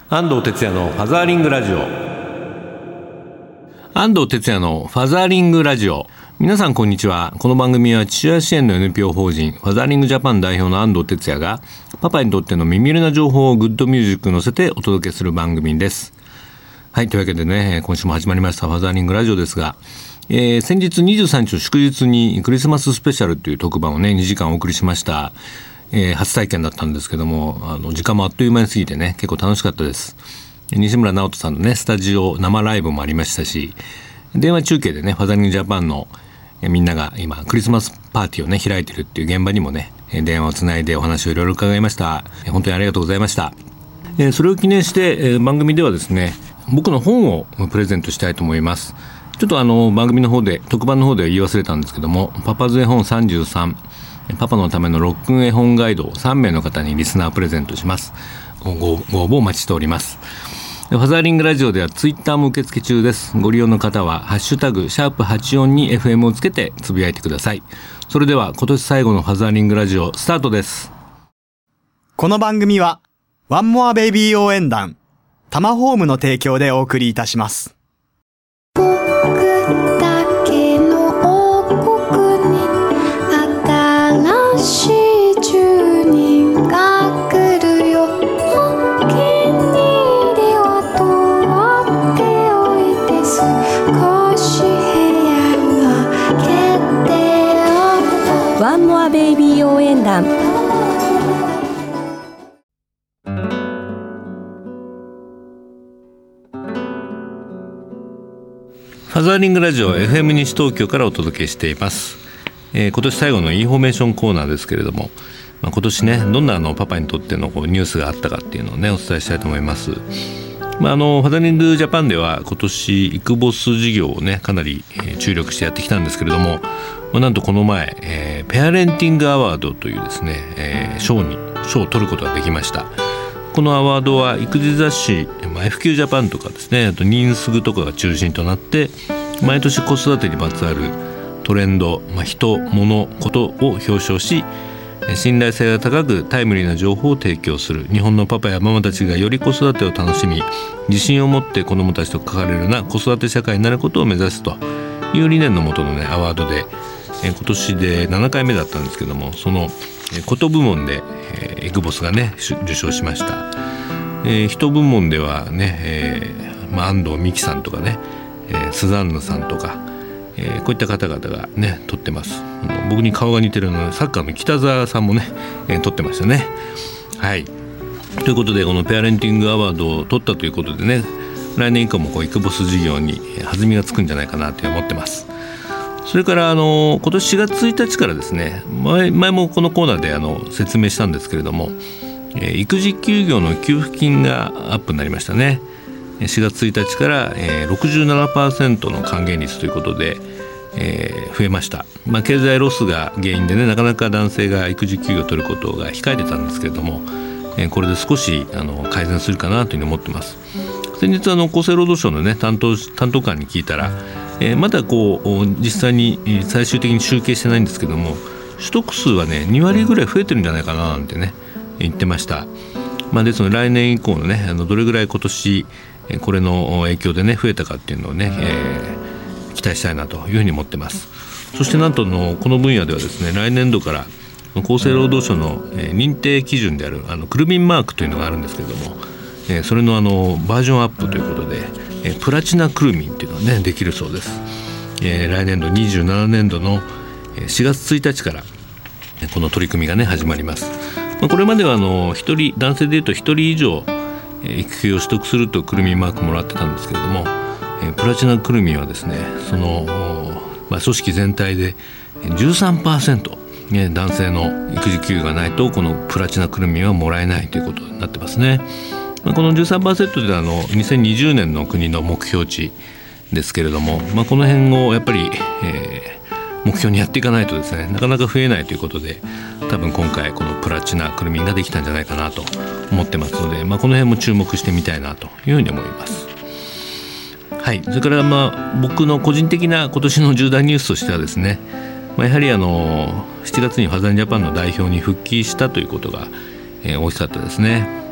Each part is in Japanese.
安藤哲也のファザーリングラジオ。安藤哲也のファザーリングラジオ。皆さんこんにちは。この番組は父親支援の NPO 法人ファザーリングジャパン代表の安藤哲也がパパにとっての耳寄りな情報をグッドミュージックに乗せてお届けする番組です。はい、というわけでね、今週も始まりましたファザーリングラジオですが、先日23日の祝日にクリスマススペシャルという特番をね2時間お送りしました。初体験だったんですけども、時間もあっという間に過ぎてね、結構楽しかったです。西村直人さんのねスタジオ生ライブもありましたし、電話中継でねファザーリングジャパンのみんなが今クリスマスパーティーをね開いてるっていう現場にもね電話をつないでお話をいろいろ伺いました。本当にありがとうございました。それを記念して番組ではですね、僕の本をプレゼントしたいと思います。ちょっと番組の方で特番の方では言い忘れたんですけども、パパズ絵本33、パパのためのロックン絵本ガイドを3名の方にリスナープレゼントします。ご応募お待ちしております。ファザーリングラジオではツイッターも受付中です。ご利用の方はハッシュタグ#84に FM をつけてつぶやいてください。それでは今年最後のファザーリングラジオスタートです。 この番組はワンモアベイビー応援団タマホームの提供でお送りいたします。 ワンモアベイビー応援団。 ファザーリングラジオ FM 西東京からお届けしています。今年最後のインフォメーションコーナーですけれども、今年ねどんなパパにとってのニュースがあったかっていうのをねお伝えしたいと思います。ファザーリングジャパンでは今年イクボス事業をねかなり注力してやってきたんですけれども、なんとこの前、ペアレンティングアワードというですね、賞を取ることができました。このアワードは育児雑誌 FQ ジャパンとかですね、あとニンスグとかが中心となって毎年子育てにまつわるトレンド、人、物、ことを表彰し、信頼性が高くタイムリーな情報を提供する日本のパパやママたちがより子育てを楽しみ自信を持って子どもたちと関われるような子育て社会になることを目指すという理念のもとのねアワードで、今年で7回目だったんですけども、そのこと部門でイクボスがね受賞しました。人部門ではね、安藤美希さんとかね、スザンヌさんとか、こういった方々がね取ってます。僕に顔が似てるのでサッカーの北澤さんもね、取ってましたね。はい、ということでこのペアレンティングアワードを取ったということでね、来年以降もイクボス事業に弾みがつくんじゃないかなと思ってます。それから今年4月1日からですね、前もこのコーナーで説明したんですけれども、育児休業の給付金がアップになりましたね。4月1日から、67% の還元率ということで、増えました。経済ロスが原因でねなかなか男性が育児休業を取ることが控えてたんですけれども、これで少し改善するかなというふうに思ってます。先日厚生労働省のね担当官に聞いたら、まだ実際に最終的に集計してないんですけども、取得数はね2割ぐらい増えてるんじゃないかななんてね言ってました。ですので来年以降のねどれぐらい今年これの影響でね増えたかっていうのをね、期待したいなというふうに思ってます。そしてなんとこの分野ではですね、来年度から厚生労働省の認定基準であるクルミンマークというのがあるんですけれども、それのバージョンアップということで、プラチナクルミンっていうのがねできるそうです。来年度27年度の4月1日からこの取り組みがね始まります。これまでは一人男性でいうと1人以上育休を取得するとクルミンマークもらってたんですけれども、プラチナクルミンはですねその、組織全体で 13%、男性の育児休業がないとこのプラチナクルミンはもらえないということになってますね。この 13% で2020年の国の目標値ですけれども、この辺をやっぱり、目標にやっていかないとですねなかなか増えないということで、多分今回このプラチナクルミンができたんじゃないかなと思ってますので、この辺も注目してみたいなというふうに思います。はい、それから僕の個人的な今年の重大ニュースとしてはですね、やはり7月にファザーリングジャパンの代表に復帰したということが、大きかったですね。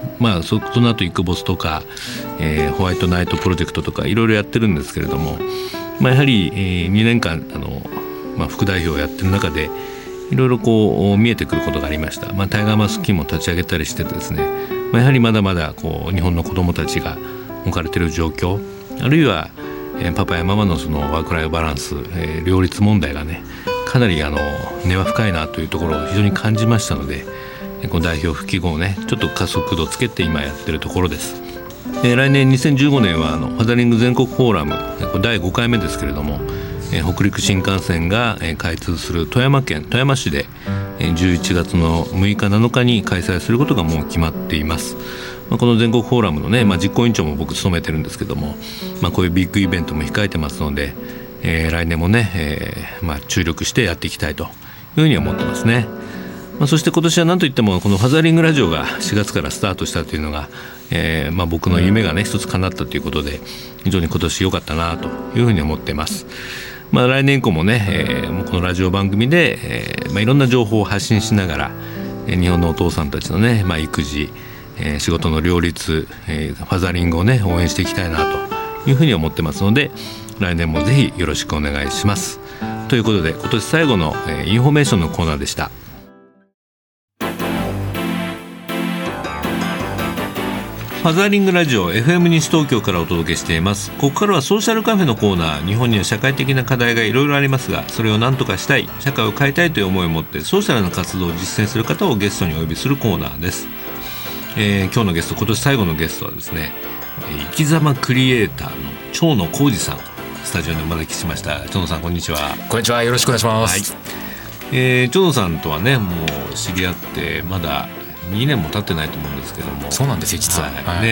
その後イクボスとか、ホワイトナイトプロジェクトとかいろいろやってるんですけれども、やはり、2年間副代表をやってる中でいろいろ見えてくることがありました。タイガーマスクキーも立ち上げたりしてですね、やはりまだまだ日本の子どもたちが置かれている状況、あるいは、パパやママのそのワークライフバランス、両立問題がねかなり根は深いなというところを非常に感じましたので、この代表復帰後をねちょっと加速度をつけて今やってるところです。来年2015年はファザリング全国フォーラム第5回目ですけれども、北陸新幹線が開通する富山県富山市で11月の6日7日に開催することがもう決まっています。この全国フォーラムのね、実行委員長も僕務めてるんですけども、こういうビッグイベントも控えてますので、来年もね、注力してやっていきたいというふうに思ってますね。そして今年は何といってもこのファザリングラジオが4月からスタートしたというのが、僕の夢がね一つ叶ったということで非常に今年良かったなというふうに思っています。来年以降もね、このラジオ番組で、いろんな情報を発信しながら、日本のお父さんたちのね、育児、仕事の両立、ファザリングをね応援していきたいなというふうに思ってますので、来年もぜひよろしくお願いします。ということで今年最後の、インフォメーションのコーナーでした。ファザリングラジオ FM 西東京からお届けしています。ここからはソーシャルカフェのコーナー。日本には社会的な課題がいろいろありますが、それを何とかしたい、社会を変えたいという思いを持ってソーシャルな活動を実践する方をゲストにお呼びするコーナーです。今日のゲスト、今年最後のゲストはですね、生き様クリエイターの蝶野浩二さん、スタジオにお招きしました。蝶野さん、こんにちは。 こんにちは、よろしくお願いします。 蝶野さんとはねもう知り合ってまだ2年も経ってないと思うんですけども。 そうなんですよ、実は。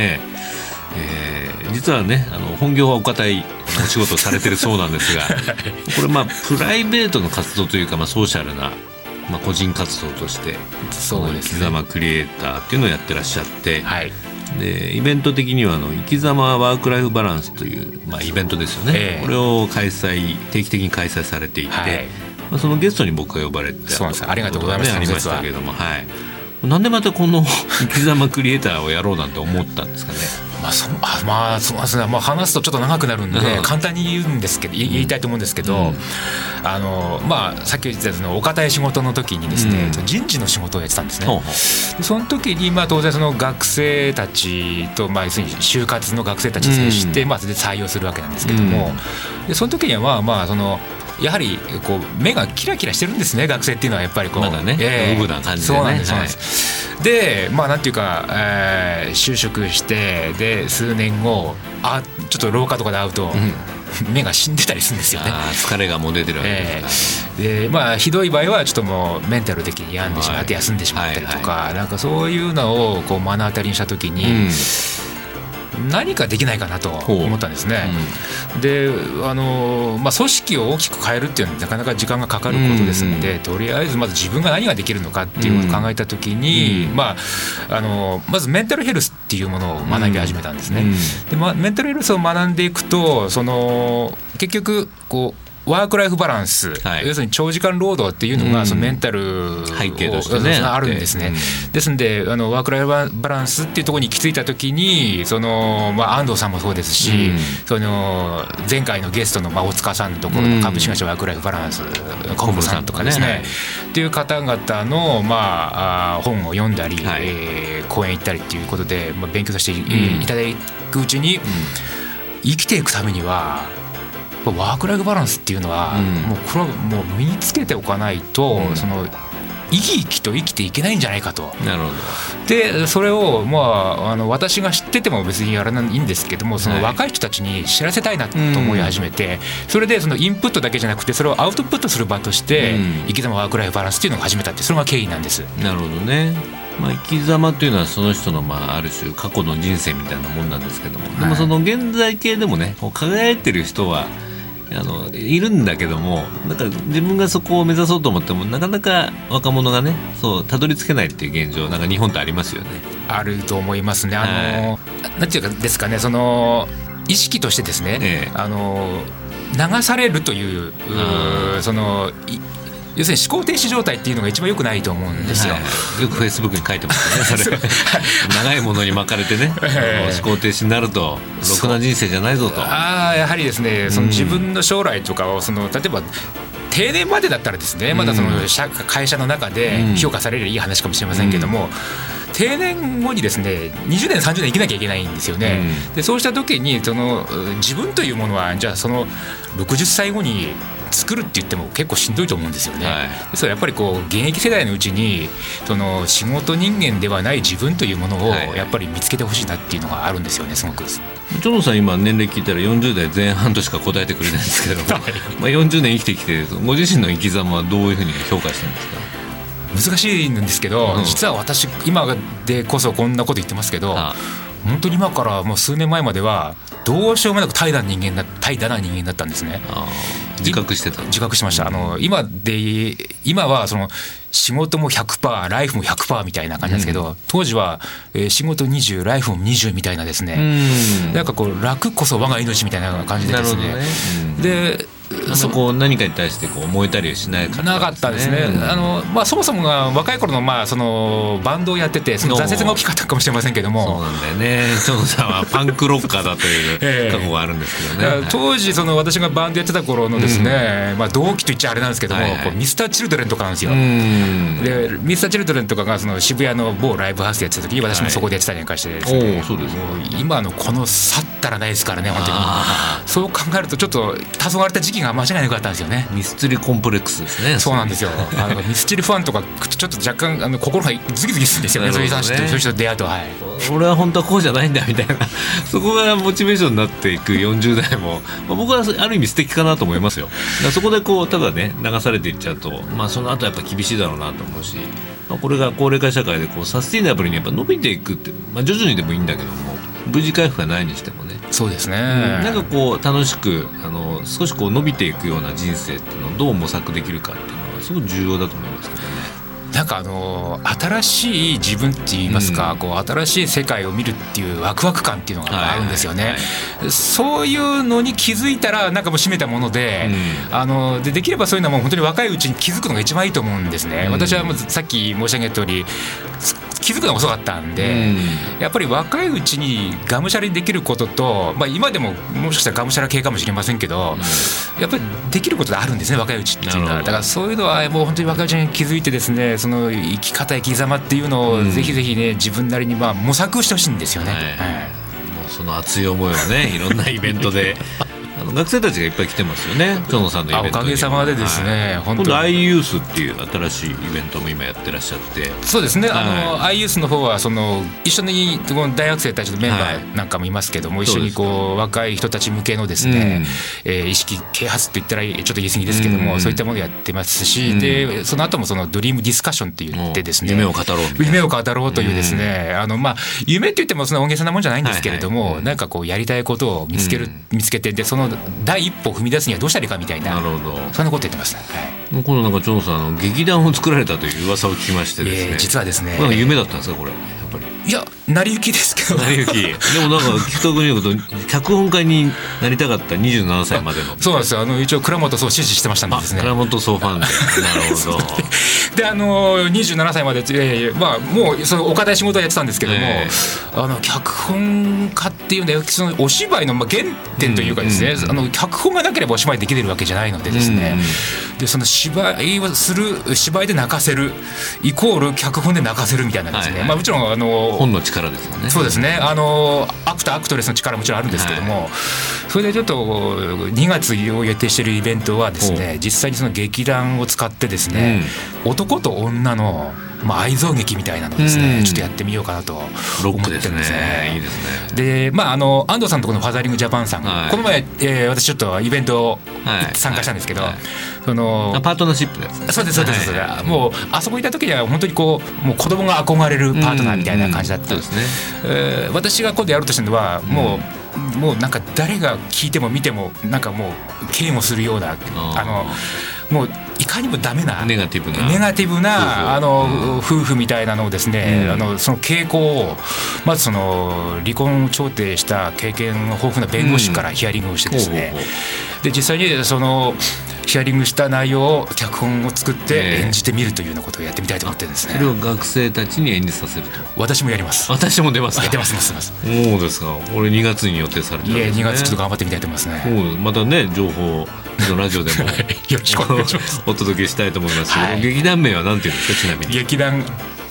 実はね本業はお堅いお仕事をされてるそうなんですがこれプライベートの活動というか、ソーシャルな、個人活動としてそうですね、 生き様クリエイターっていうのをやってらっしゃって、でイベント的には生き様ワークライフバランスという、イベントですよね、これを定期的に開催されていて、そのゲストに僕が呼ばれて、 そうなんです、ありがとうございます。 ありましたけれども、なんでまたこの生き様クリエイターをやろうなんて思ったんですかね。 そうですね、話すとちょっと長くなるんで、簡単に言いたいと思うんですけど、さっき言ってたそのお堅い仕事の時にですね、人事の仕事をやってたんですね。でその時に当然その学生たちと、要するに就活の学生たちに接して、で採用するわけなんですけども、でその時にはそのやはり目がキラキラしてるんですね、学生っていうのはやっぱりまだね、ウブな感じでね。 そうなんです、そうなんです。でなんていうか、就職してで数年後ちょっと廊下とかで会うと、目が死んでたりするんですよね。 疲れがもう出てるわけですから、でひどい場合はちょっともうメンタル的に病んでしまって休んでしまったりとか、なんかそういうのを目の当たりにした時に、何かできないかなと思ったんですね。で組織を大きく変えるっていうのはなかなか時間がかかることですので、とりあえずまず自分が何ができるのかっていうことを考えたときに、まずメンタルヘルスっていうものを学び始めたんですね。でメンタルヘルスを学んでいくと結局ワークライフバランス、要するに長時間労働っていうのがそのメンタル背景としてねあるんですね。ですのでワークライフバランスっていうところに行き着いたときに安藤さんもそうですし、前回のゲストの大塚さんのところの株式会社ワークライフバランス小室さんとかですね、っていう方々の本を読んだり、講演行ったりっていうことで勉強させていただくうちに、生きていくためにはワークライフバランスっていうのは、もうこれはもう身につけておかないと、生き生きと生きていけないんじゃないかと。 なるほど。 でそれを私が知ってても別にやらないんですけども、その若い人たちに知らせたいなと思い始めて、それでそのインプットだけじゃなくてそれをアウトプットする場として、生き様ワークライフバランスっていうのを始めたって、それが経緯なんです。 なるほどね。生き様というのはその人のある種過去の人生みたいなもんなんですけども、でもその現在形でもね輝いてる人はいるんだけども、自分がそこを目指そうと思ってもなかなか若者がねたどり着けないっていう現状、日本ってありますよね。あると思いますね。なんていうかですかね、意識としてですね、流されるという、 要するに思考停止状態っていうのが一番良くないと思うんですよ、 よくフェイスブックに書いてますよねそれ長いものに巻かれてね、思考停止になるとろくな人生じゃないぞと。 やはりですね、その自分の将来とかを例えば定年までだったらですね、まだその会社の中で評価されるいい話かもしれませんけども、定年後にですね20年30年生きなきゃいけないんですよね、でそうした時に自分というものはじゃあその60歳後に作るって言っても結構しんどいと思うんですよね、それやっぱり現役世代のうちに仕事人間ではない自分というものをやっぱり見つけてほしいなっていうのがあるんですよね、すごく。 長野さん今年齢聞いたら40代前半としか答えてくれないんですけども40年生きてきてご自身の生き様はどういうふうに評価してるんですか？ 難しいんですけど、実は私今でこそこんなこと言ってますけど、本当に今からもう数年前まではどうしようもなく怠惰な人間だったんですね。 自覚してました。今は仕事も 100% ライフも 100% みたいな感じなんですけど、当時は仕事20ライフも20みたいなですね、なんか楽こそ我が命みたいな感じでですね、で何かに対して燃えたりはしなかったですね。 そもそもが若い頃のそのバンドをやってて挫折が大きかったかもしれませんけども、 そうなんだよね。長野さんはパンクロッカーだという過去があるんですけどね、 当時私がバンドやってた頃のですね、同期と言っちゃあれなんですけども、ミスターチルドレンとかなんですよ。でミスターチルドレンとかが渋谷の某ライブハウスでやってた時に私もそこでやってたりなんかしてですね、今のこの差ったらないですからね、本当に。そう考えるとちょっと黄昏れた時期が間違いなくあったんですよね。 ミスチルコンプレックスですね。 そうなんですよ。ミスチルファンとかちょっと若干心がズキズキするんですよね、そういう人と出会うと。 俺は本当はこうじゃないんだみたいなそこがモチベーションになっていく40代も、僕はある意味素敵かなと思いますよ。そこでただね流されていっちゃうと、その後やっぱ厳しいだろうなと思うし、これが高齢化社会でサスティナブルにやっぱ伸びていくって、徐々にでもいいんだけども V 字回復がないにしてもね、 そうですね、 なんか楽しく少し伸びていくような人生っていうのをどう模索できるかっていうのはすごく重要だと思いますけどね。 なんか新しい自分って言いますか、新しい世界を見るっていうワクワク感っていうのがあるんですよね、そういうのに気づいたらなんかもう閉めたもので、できればそういうのはもう本当に若いうちに気づくのが一番いいと思うんですね。私はもうさっき申し上げた通り気づくのが遅かったんで、やっぱり若いうちにがむしゃらにできることと、今でももしかしたらがむしゃら系かもしれませんけど、やっぱりできることがあるんですね、若いうちっていうのは。だからそういうのはもう本当に若いうちに気づいてですね、その生き方生き様っていうのをぜひぜひね自分なりに模索してほしいんですよね。もうその熱い思いをねいろんなイベントで学生たちがいっぱい来てますよね、長野さんのイベントに。 おかげさまでですね、 今度 iYouth っていう新しいイベントも今やってらっしゃって。 そうですね、iYouth の方は一緒に大学生たちのメンバーなんかもいますけども、一緒に若い人たち向けのですね、意識啓発って言ったらちょっと言い過ぎですけども、そういったものをやってますし、でその後もドリームディスカッションって言ってですね、 夢を語ろうというですね、夢って言ってもそんな大げさなもんじゃないんですけれども、なんかやりたいことを見つけて、でその第一歩を踏み出すにはどうしたらいいかみたいな、そんなこと言ってますね。 もう今度なんか長野さん劇団を作られたという噂を聞きましてですね、 実はですね、 夢だったんですかこれ。やっぱりいや成り行きですけど、 成り行きでもなんか聞くと言うこと脚本家になりたかった27歳までの。 そうなんですよ。一応倉本総支持してましたんでですね。 倉本総ファンでなるほどで27歳まで、もうそのお堅い仕事をやってたんですけども、脚本家っていうのはそのお芝居の原点というかですね、脚本がなければお芝居できてるわけじゃないのでですね、でその芝居をする、芝居で泣かせるイコール脚本で泣かせるみたいなですね、もちろん本の力ですよね。 そうですね、アクターアクトレスの力もちろんあるんですけども、それでちょっと2月を予定しているイベントはですね、実際にその劇団を使ってですね、男と女の愛憎劇みたいなのですね、ちょっとやってみようかなと思ってるんですね。 いいですでね。 安藤さんとこのファザリングジャパンさん、この前、私ちょっとイベントを参加したんですけど、 パートナーシップのやつですね。 そうですそうです、もうあそこにいた時には本当にもう子供が憧れるパートナーみたいな感じだったんですね。私が今度やろうとしてるのはもうなんか誰が聞いても見てもなんかもう嫌悪するようなもういかにもダメなネガティブな夫婦みたいなのをですね、その傾向をまず離婚を調停した経験の豊富な弁護士からヒアリングをしてですね、で実際にヒアリングした内容を脚本を作って演じてみるというようなことをやってみたいと思ってるんですね。 それを学生たちに演じさせると。 私もやります。 私も出ますか。 出ます。 そうですか。俺2月に予定されてるんですね。 2月ちょっと頑張ってみたいと思いますね。 またね情報ラジオでもよろしくお願いしますお届けしたいと思いますけど、劇団名は何て言うんですか。ちなみに劇団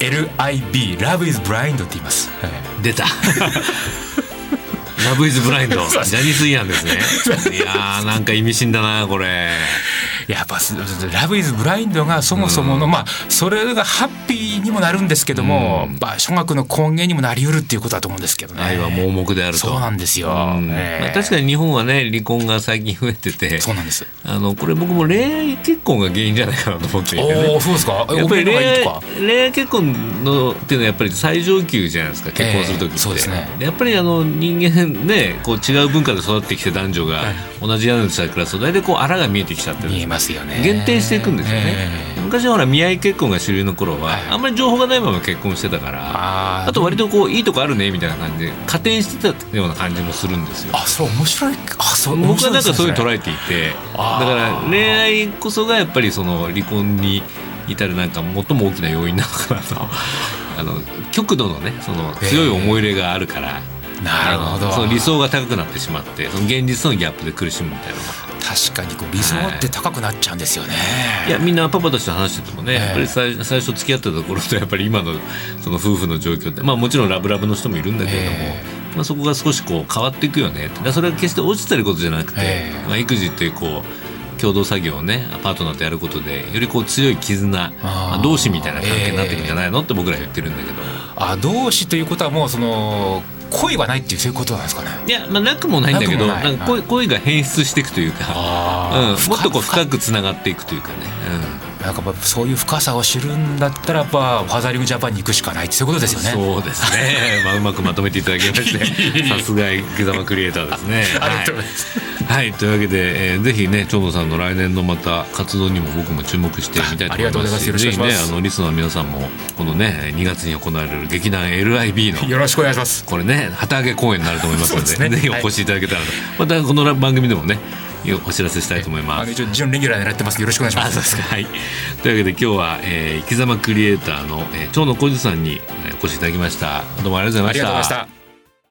LIB Love is Blind って言います。 出たラブイズブラインドジャニスイヤンですね。いやーなんか意味深だなこれ。 やっぱラブイズブラインドがそもそもの、それがハッピーにもなるんですけども、諸悪の根源にもなりうるっていうことだと思うんですけどね。 愛は盲目であると。そうなんですよ、 確かに日本はね離婚が最近増えてて。 そうなんです。 これ僕も恋愛結婚が原因じゃないかなと思っていてね。 そうですか。 やっぱり恋愛結婚のっていうのはやっぱり最上級じゃないですか、結婚する時って。 そうですね。 やっぱり人間ねこう違う文化で育ってきて男女が同じ屋根の下で暮らすと大体こうあらが見えてきちゃってる。 見えますよね。 限定していくんですよね。昔はほら見合い結婚が主流の頃はあんまり情報がないまま結婚してたから、あと割とこういいとこあるねみたいな感じで加点してたような感じもするんですよ。 そう面白い。 僕はなんかそういうの捉えていて、だから恋愛こそがやっぱりその離婚に至るなんか最も大きな要因なのかなと極度のねその強い思い入れがあるから、 なるほど。 その理想が高くなってしまってその現実のギャップで苦しむみたいなのが。 確かにこう理想って高くなっちゃうんですよね。 いやみんなパパたちと話しててもね、やっぱり最初付き合ってた頃とやっぱり今のその夫婦の状況ってもちろんラブラブの人もいるんだけれども、そこが少しこう変わっていくよねって。それは決して落ちてることじゃなくて、育児っていうこう共同作業をねパートナーとやることでよりこう強い絆、同志みたいな関係になっていくんじゃないのって僕ら言ってるんだけど。 同志ということはもうその恋はないっていうそういうことなんですかね。 いやなくもないんだけどなんか恋が変質していくというか、もっとこう深くつながっていくというかね、 なんかそういう深さを知るんだったらやっぱファザーリングジャパンに行くしかないってそういうことですよね。 そうですねうまくまとめていただきましてさすが生き様クリエイターですね。 ありがとうございます。 はい、というわけで、ぜひね長野さんの来年のまた活動にも僕も注目してみたいと思いますし、 ありがとうございます。よろしくお願いします。 ぜひねリスナーの皆さんもこのね2月に行われる劇団 LIB のよろしくお願いします。 これね旗揚げ公演になると思いますのでね、 ぜひお越しいただけたらと、またこの番組でもねお知らせしたいと思います。 一応準レギュラー狙ってます。よろしくお願いします。 そうですか。はい。というわけで今日は、生き様クリエイターの、長野浩二さんにお越しいただきました。どうもありがとうございました。 ありがとうございました。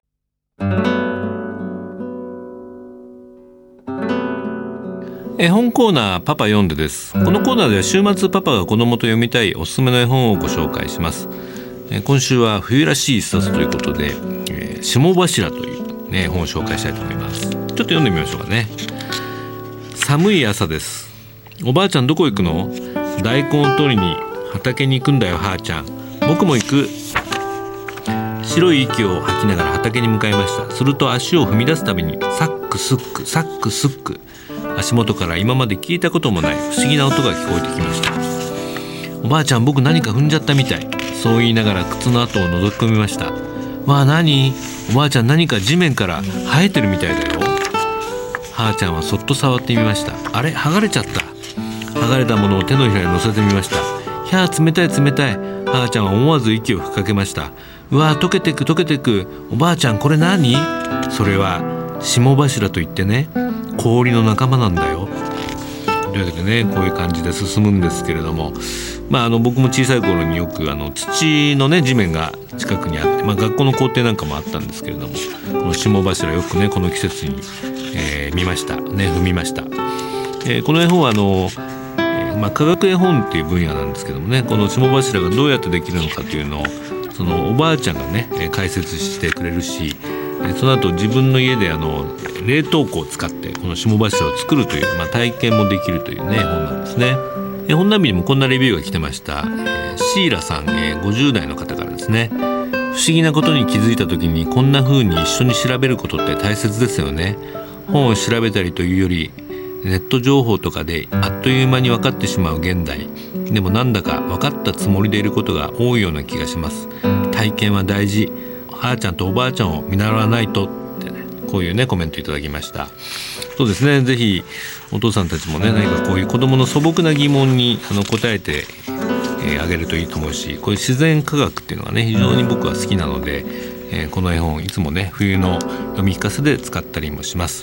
絵本コーナーパパ読んでです。このコーナーでは週末パパが子供と読みたいおすすめの絵本をご紹介します。今週は冬らしい一冊ということで、霜柱という、絵本を紹介したいと思います。ちょっと読んでみましょうかね。寒い朝です。おばあちゃんどこ行くの？大根を取りに畑に行くんだよはーちゃん。僕も行く。白い息を吐きながら畑に向かいました。すると足を踏み出すたびにサックスックサックスック、足元から今まで聞いたこともない不思議な音が聞こえてきました。おばあちゃん僕何か踏んじゃったみたい。そう言いながら靴の跡を覗き込みました。わあ何？おばあちゃん何か地面から生えてるみたいだよ。はーちゃんはそっと触ってみました。あれ剥がれちゃった。剥がれたものを手のひらに乗せてみました。ひゃー冷たい冷たい。はーちゃんは思わず息を吹きかけました。うわー溶けてく溶けてく。おばあちゃんこれ何？それは霜柱といってね、氷の仲間なんだよ。というわけでねこういう感じで進むんですけれども、僕も小さい頃によく土のね地面が近くにあって、学校の校庭なんかもあったんですけれども、この霜柱よくねこの季節に、見ましたね、踏みました。この絵本は科学絵本っていう分野なんですけどもね、この霜柱がどうやってできるのかというのをそのおばあちゃんがね解説してくれるし、その後自分の家で冷凍庫を使ってこの霜柱を作るという、体験もできるというね本なんですね。本並にもこんなレビューが来てました。シーラさん、50代の方からですね。不思議なことに気づいた時にこんな風に一緒に調べることって大切ですよね。本を調べたりというよりネット情報とかであっという間に分かってしまう現代でもなんだか分かったつもりでいることが多いような気がします。体験は大事。はーちゃんとおばあちゃんを見習わないとってね、こういうねコメントいただきました。そうですね、ぜひお父さんたちもね何かこういう子どもの素朴な疑問に答えてあげるといいと思うし、こういう自然科学っていうのがね非常に僕は好きなので、この絵本いつもね冬の読み聞かせで使ったりもします。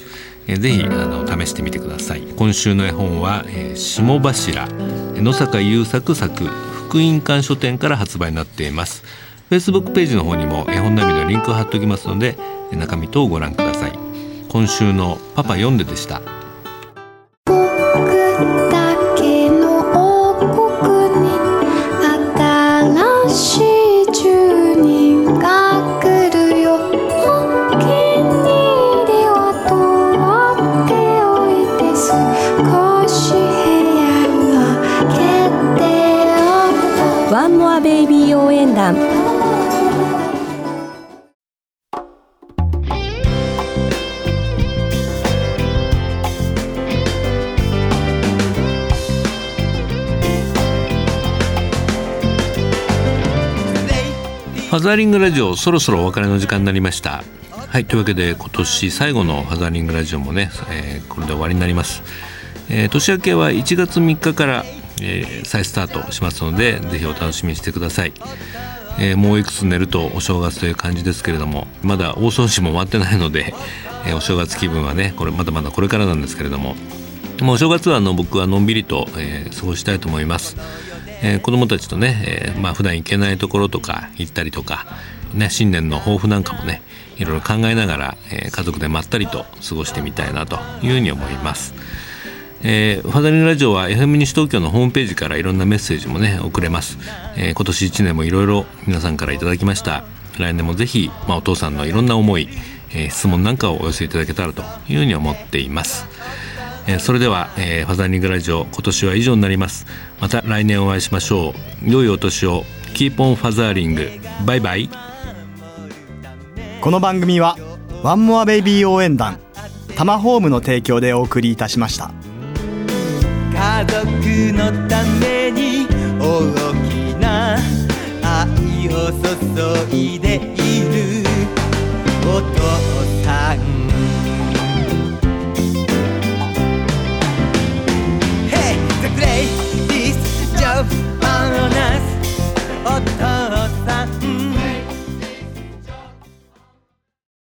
ぜひ試してみてください。今週の絵本は、霜柱、野坂優作作、福音館書店から発売になっています。 Facebook ページの方にも絵本ナビのリンクを貼っておきますので、中身等をご覧ください。今週のパパ読んででした。 ワンモアベイビー応援団。 ファザーリングラジオ、そろそろお別れの時間になりました。はい、というわけで今年最後のファザーリングラジオもね、これで終わりになります。年明けは1月3日から再スタートしますので、ぜひお楽しみにしてください。もういくつ寝るとお正月という感じですけれども、まだ大掃除も終わってないので、お正月気分はね、これまだまだこれからなんですけれども、もうお正月は僕はのんびりと、過ごしたいと思います。子供たちとね、普段行けないところとか行ったりとか、ね、新年の抱負なんかもね、いろいろ考えながら、家族でまったりと過ごしてみたいなというふうに思います。ファザーリングラジオは FM 西東京のホームページからいろんなメッセージもね送れます。今年1年もいろいろ皆さんからいただきました。来年もぜひ、お父さんのいろんな思い、質問なんかをお寄せいただけたらというふうに思っています。それでは、ファザーリングラジオ、今年は以上になります。また来年お会いしましょう。良いお年を。キーポンファザーリング。バイバイ。 この番組はワンモアベイビー応援団タマホームの提供でお送りいたしました。 家族のために大きな愛を注いでいるお父さん。 Hey, the greatest job on earth お父